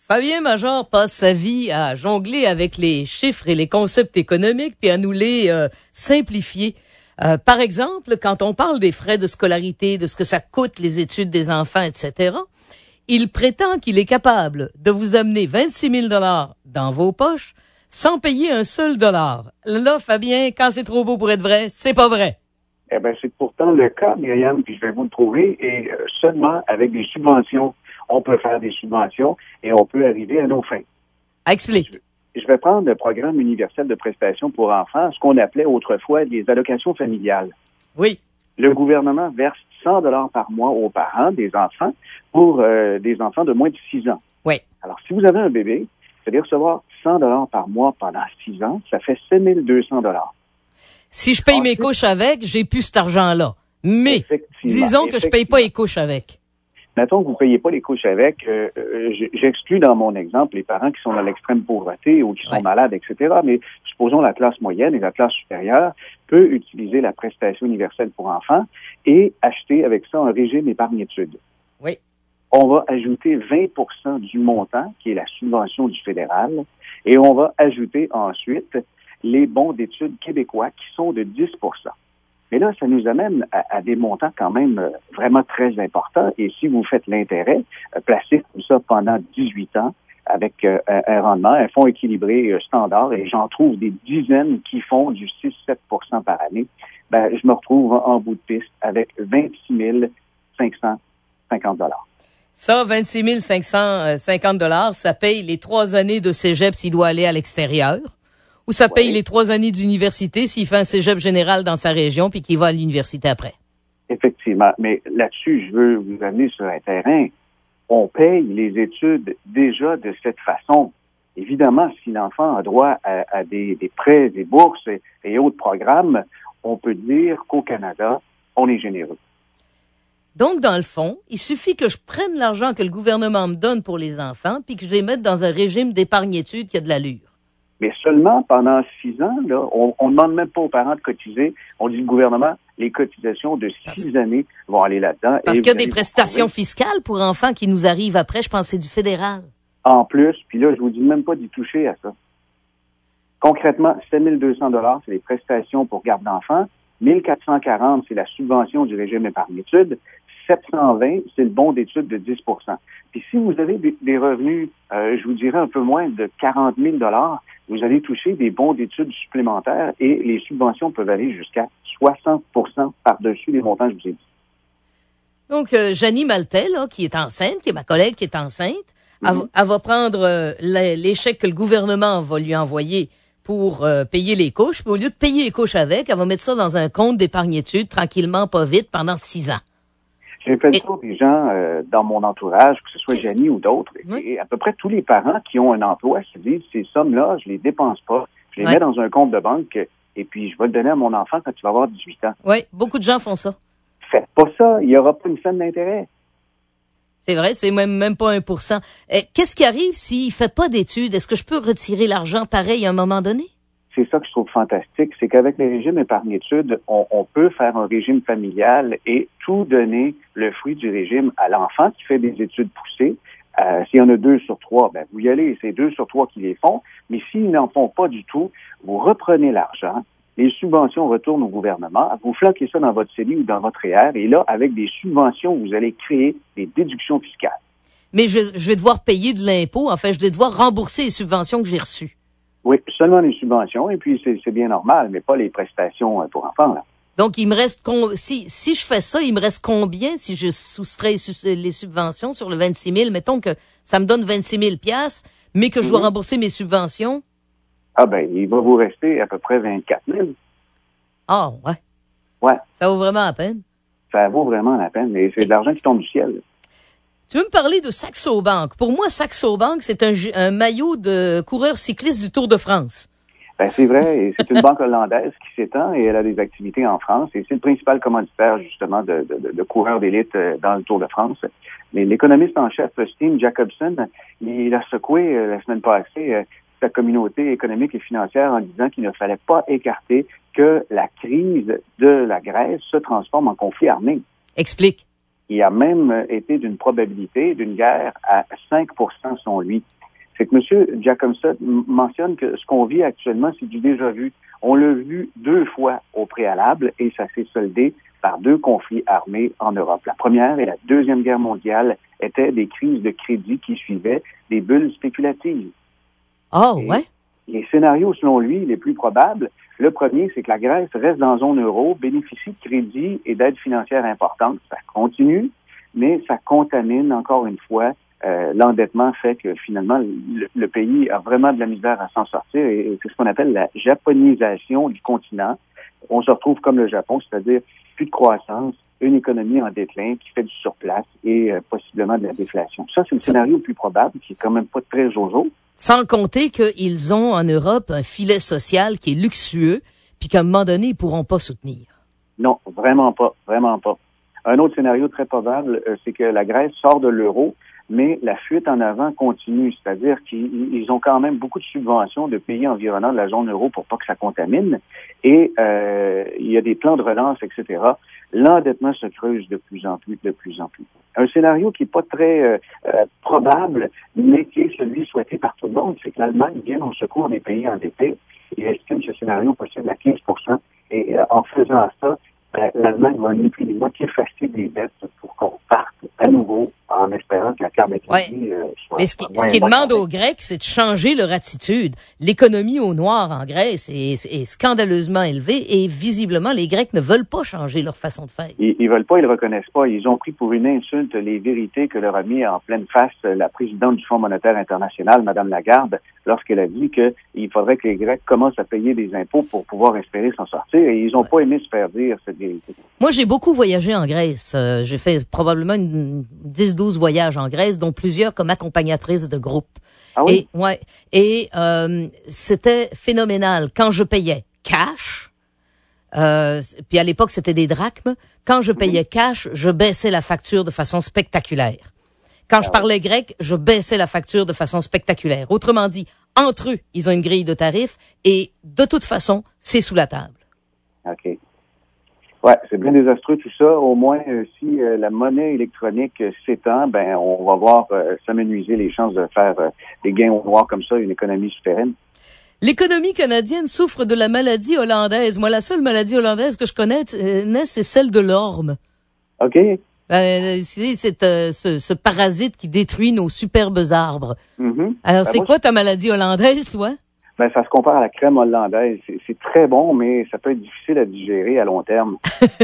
Fabien Major passe sa vie à jongler avec les chiffres et les concepts économiques puis à nous les simplifier. Par exemple, quand on parle des frais de scolarité, de ce que ça coûte les études des enfants, etc., il prétend qu'il est capable de vous amener 26 000 $ dans vos poches sans payer un seul dollar. Là, Fabien, quand c'est trop beau pour être vrai, c'est pas vrai. Eh bien, c'est pourtant le cas, Myriam, puis je vais vous le prouver, et seulement avec des subventions. On peut faire des subventions et on peut arriver à nos fins. Explique. Je vais prendre le programme universel de prestations pour enfants, ce qu'on appelait autrefois les allocations familiales. Oui. Le gouvernement verse 100 $ par mois aux parents des enfants pour des enfants de moins de 6 ans. Oui. Alors, si vous avez un bébé, vous allez recevoir 100 $ par mois pendant 6 ans, ça fait 7 200 $. Si je paye mes couches avec, j'ai plus cet argent-là. Mais disons que je paye pas les couches avec. Mettons que vous ne payez pas les couches avec, j'exclus dans mon exemple les parents qui sont dans l'extrême pauvreté ou qui sont malades, etc. Mais supposons la classe moyenne et la classe supérieure peut utiliser la prestation universelle pour enfants et acheter avec ça un régime épargne-études. Oui. On va ajouter 20 % du montant, qui est la subvention du fédéral, et on va ajouter ensuite les bons d'études québécois qui sont de 10 %. Mais là, ça nous amène à des montants quand même vraiment très importants. Et si vous faites l'intérêt, placez tout ça pendant 18 ans avec un rendement, un fonds équilibré standard, et j'en trouve des dizaines qui font du 6-7 % par année, ben, je me retrouve en bout de piste avec 26 550 $. Ça, 26 550 $, ça paye les 3 années de cégep s'il doit aller à l'extérieur. Ou ça paye les 3 années d'université s'il fait un cégep général dans sa région puis qu'il va à l'université après. Effectivement. Mais là-dessus, je veux vous amener sur un terrain. On paye les études déjà de cette façon. Évidemment, si l'enfant a droit à des prêts, des bourses et autres programmes, on peut dire qu'au Canada, on est généreux. Donc, dans le fond, il suffit que je prenne l'argent que le gouvernement me donne pour les enfants puis que je les mette dans un régime d'épargne-études qui a de l'allure. Mais seulement pendant 6 ans, là, on ne demande même pas aux parents de cotiser. On dit le gouvernement, les cotisations de 6 années vont aller là-dedans. Parce qu'il y a des prestations fiscales pour enfants qui nous arrivent après, je pense que c'est du fédéral. En plus, puis là, je vous dis même pas d'y toucher à ça. Concrètement, 7 200 $, c'est les prestations pour garde d'enfants. 1 440 $, c'est la subvention du régime épargne-études. 720 $, c'est le bon d'études de 10 %. Puis si vous avez des revenus, je vous dirais un peu moins de 40 000 $, vous allez toucher des bons d'études supplémentaires et les subventions peuvent aller jusqu'à 60 % par-dessus les montants que je vous ai dit. Donc, Janie Maltais, là, qui est enceinte, qui est ma collègue qui est enceinte, elle va prendre les chèques que le gouvernement va lui envoyer pour payer les couches. Puis au lieu de payer les couches avec, elle va mettre ça dans un compte d'épargne-études, tranquillement, pas vite, pendant 6 ans. J'ai fait le tour des gens dans mon entourage, que ce soit Janie ou d'autres, et à peu près tous les parents qui ont un emploi se disent, ces sommes-là, je les dépense pas, je les mets dans un compte de banque, et puis je vais le donner à mon enfant quand il va avoir 18 ans. Oui, beaucoup de gens font ça. Faites pas ça, il n'y aura pas une scène d'intérêt. C'est vrai, c'est même pas 1%. Qu'est-ce qui arrive s'il fait pas d'études? Est-ce que je peux retirer l'argent pareil à un moment donné? C'est ça que je trouve fantastique, c'est qu'avec le régime épargne-études, on peut faire un régime familial et tout donner le fruit du régime à l'enfant qui fait des études poussées. S'il y en a 2 sur 3, ben vous y allez, c'est 2 sur 3 qui les font. Mais s'ils n'en font pas du tout, vous reprenez l'argent, les subventions retournent au gouvernement, vous flanquez ça dans votre CELI ou dans votre REER, et là, avec des subventions, vous allez créer des déductions fiscales. Mais je vais devoir payer de l'impôt, en fait, je vais devoir rembourser les subventions que j'ai reçues. Oui, seulement les subventions, et puis c'est bien normal, mais pas les prestations pour enfants, là. Donc, il me reste, si je fais ça, il me reste combien si je soustrais les subventions sur le 26 000? Mettons que ça me donne 26 000 $, mais que je dois rembourser mes subventions. Ah ben, il va vous rester à peu près 24 000. Ah, ouais. Ouais. Ça vaut vraiment la peine? Ça vaut vraiment la peine, mais c'est de l'argent qui tombe du ciel. Tu veux me parler de Saxo Bank? Pour moi, Saxo Bank, c'est un maillot de coureur cycliste du Tour de France. Ben, c'est vrai, et c'est une banque hollandaise qui s'étend et elle a des activités en France et c'est le principal commanditaire, justement, de coureurs d'élite dans le Tour de France. Mais l'économiste en chef, Steve Jacobson, il a secoué la semaine passée sa communauté économique et financière en disant qu'il ne fallait pas écarter que la crise de la Grèce se transforme en conflit armé. Explique. Il a même été d'une probabilité d'une guerre à 5 % selon lui. c'est que M. Jacobson mentionne que ce qu'on vit actuellement, c'est du déjà vu. On l'a vu 2 fois au préalable et ça s'est soldé par 2 conflits armés en Europe. La Première et la Deuxième Guerre mondiale étaient des crises de crédit qui suivaient des bulles spéculatives. Oh, ouais? Les scénarios, selon lui, les plus probables, le premier, c'est que la Grèce reste dans la zone euro, bénéficie de crédits et d'aides financières importantes. Ça continue, mais ça contamine encore une fois. L'endettement fait que finalement, le pays a vraiment de la misère à s'en sortir et c'est ce qu'on appelle la japonisation du continent. On se retrouve comme le Japon, c'est-à-dire plus de croissance, une économie en déclin qui fait du surplace et possiblement de la déflation. Ça, c'est le scénario le plus probable, qui est quand même pas très jojo. Sans compter qu'ils ont en Europe un filet social qui est luxueux, puis qu'à un moment donné, ils pourront pas soutenir. Non, vraiment pas, vraiment pas. Un autre scénario très probable, c'est que la Grèce sort de l'euro, mais la fuite en avant continue, c'est-à-dire qu'ils ont quand même beaucoup de subventions de pays environnants de la zone euro pour pas que ça contamine, et il y a des plans de relance, etc. L'endettement se creuse de plus en plus. Un scénario qui est pas très probable, mais qui est celui souhaité par tout le monde, c'est que l'Allemagne vienne au secours des pays endettés et estime ce scénario possible à 15%. Et en faisant ça, l'Allemagne va ni plus ni moins qu'effacer des dettes pour qu'on parte à nouveau en espérant que la carte de crédit soit... Mais ce qui demande aux Grecs, c'est de changer leur attitude. L'économie au noir en Grèce est scandaleusement élevée et visiblement, les Grecs ne veulent pas changer leur façon de faire. Ils veulent pas, ils le reconnaissent pas. Ils ont pris pour une insulte les vérités que leur a mis en pleine face la présidente du Fonds monétaire international, Mme Lagarde, lorsqu'elle a dit qu'il faudrait que les Grecs commencent à payer des impôts pour pouvoir espérer s'en sortir. Et ils ont pas aimé se faire dire cette vérité. Moi, j'ai beaucoup voyagé en Grèce. J'ai fait probablement 10-12 voyages en Grèce, dont plusieurs comme accompagnatrice de groupe. Ah oui? Et c'était phénoménal. Quand je payais cash, puis à l'époque, c'était des drachmes. Quand je payais cash, je baissais la facture de façon spectaculaire. Quand je parlais grec, je baissais la facture de façon spectaculaire. Autrement dit, entre eux, ils ont une grille de tarifs et de toute façon, c'est sous la table. OK. Ouais, c'est bien désastreux tout ça. Au moins, si la monnaie électronique s'étend, ben on va voir s'amenuiser les chances de faire des gains au noir comme ça, une économie souterraine. L'économie canadienne souffre de la maladie hollandaise. Moi, la seule maladie hollandaise que je connais, c'est celle de l'orme. OK. C'est ce parasite qui détruit nos superbes arbres. Mm-hmm. Alors, c'est quoi ta maladie hollandaise, toi? Ben, ça se compare à la crème hollandaise. C'est très bon, mais ça peut être difficile à digérer à long terme.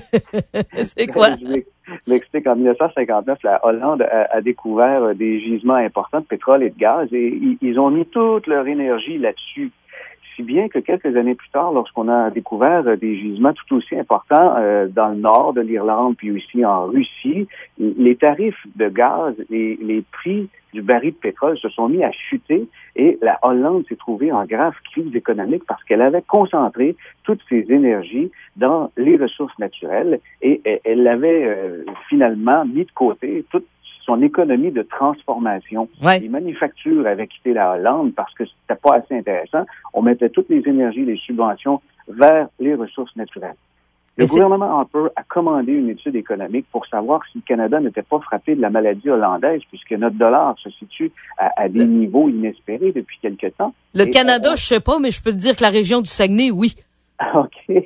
C'est quoi? Je l'explique. En 1959, la Hollande a découvert des gisements importants de pétrole et de gaz et ils ont mis toute leur énergie là-dessus. Si bien que quelques années plus tard, lorsqu'on a découvert des gisements tout aussi importants dans le nord de l'Irlande, puis aussi en Russie, les tarifs de gaz et les prix du baril de pétrole se sont mis à chuter et la Hollande s'est trouvée en grave crise économique parce qu'elle avait concentré toutes ses énergies dans les ressources naturelles et elle avait finalement mis de côté toute son économie de transformation. Ouais. Les manufactures avaient quitté la Hollande parce que c'était pas assez intéressant. On mettait toutes les énergies, les subventions vers les ressources naturelles. Le gouvernement Harper a commandé une étude économique pour savoir si le Canada n'était pas frappé de la maladie hollandaise puisque notre dollar se situe à des niveaux inespérés depuis quelque temps. Le Canada, je sais pas, mais je peux te dire que la région du Saguenay, oui. OK.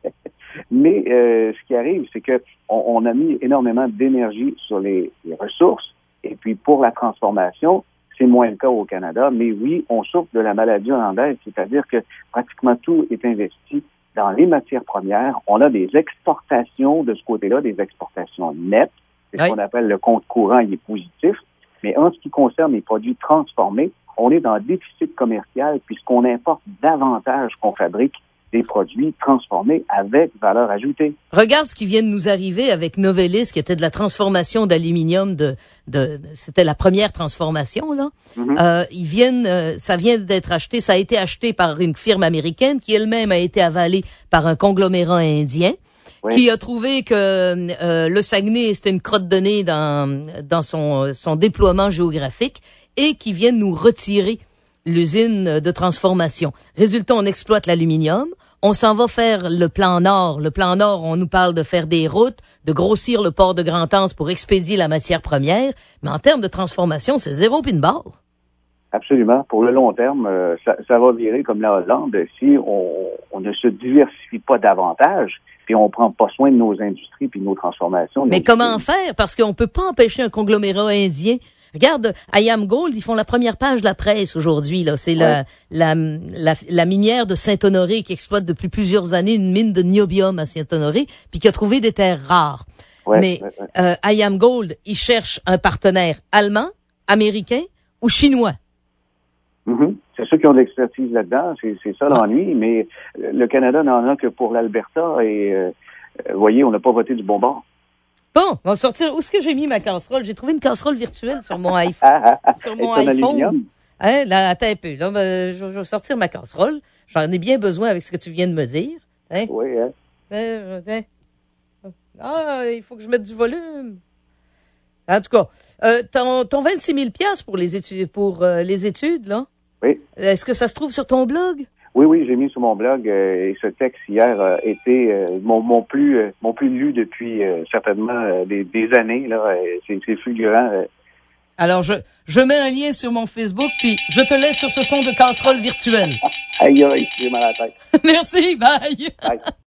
Mais ce qui arrive, c'est que on a mis énormément d'énergie sur les ressources et puis pour la transformation, c'est moins le cas au Canada. Mais oui, on souffre de la maladie hollandaise, c'est-à-dire que pratiquement tout est investi dans les matières premières. On a des exportations de ce côté-là, des exportations nettes. C'est ce qu'on appelle le compte courant, il est positif. Mais en ce qui concerne les produits transformés, on est dans déficit commercial puisqu'on importe davantage qu'on fabrique des produits transformés avec valeur ajoutée. Regarde ce qui vient de nous arriver avec Novelis, qui était de la transformation d'aluminium c'était la première transformation, là. Mm-hmm. Ça vient d'être acheté, ça a été acheté par une firme américaine qui elle-même a été avalée par un conglomérat indien. Oui. Qui a trouvé que le Saguenay, c'était une crotte de nez dans son déploiement géographique et qui vient de nous retirer l'usine de transformation. Résultat, on exploite l'aluminium, on s'en va faire le plan Nord. Le plan Nord, on nous parle de faire des routes, de grossir le port de Grand-Anse pour expédier la matière première, mais en termes de transformation, c'est zéro puis une barre. Absolument. Pour le long terme, ça va virer comme la Hollande si on ne se diversifie pas davantage, puis on prend pas soin de nos industries puis de nos transformations. Mais comment faire? Parce qu'on peut pas empêcher un conglomérat indien. Regarde, IAMGOLD, ils font la première page de la presse aujourd'hui, là. C'est la minière de Saint-Honoré qui exploite depuis plusieurs années une mine de niobium à Saint-Honoré, puis qui a trouvé des terres rares. Mais IAMGOLD, ils cherchent un partenaire allemand, américain ou chinois. Mm-hmm. C'est ceux qui ont de l'expertise là-dedans, c'est ça l'ennui, mais le Canada n'en a que pour l'Alberta et, vous voyez, on n'a pas voté du bon bord. Bon, on va sortir. Où est-ce que j'ai mis ma casserole? J'ai trouvé une casserole virtuelle sur mon iPhone. Sur mon iPhone. Hein, là, attends un peu. Là, je vais sortir ma casserole. J'en ai bien besoin avec ce que tu viens de me dire. Hein? Oui, hein? Il faut que je mette du volume. En tout cas, ton 26 000 $ pour les études, là? Oui. Est-ce que ça se trouve sur ton blog? Oui, j'ai mis sur mon blog et ce texte hier a été mon plus lu depuis certainement des années. Là, c'est fulgurant. Alors, je mets un lien sur mon Facebook, puis je te laisse sur ce son de casserole virtuelle. Aïe, j'ai mal à la tête. Merci, bye! Bye.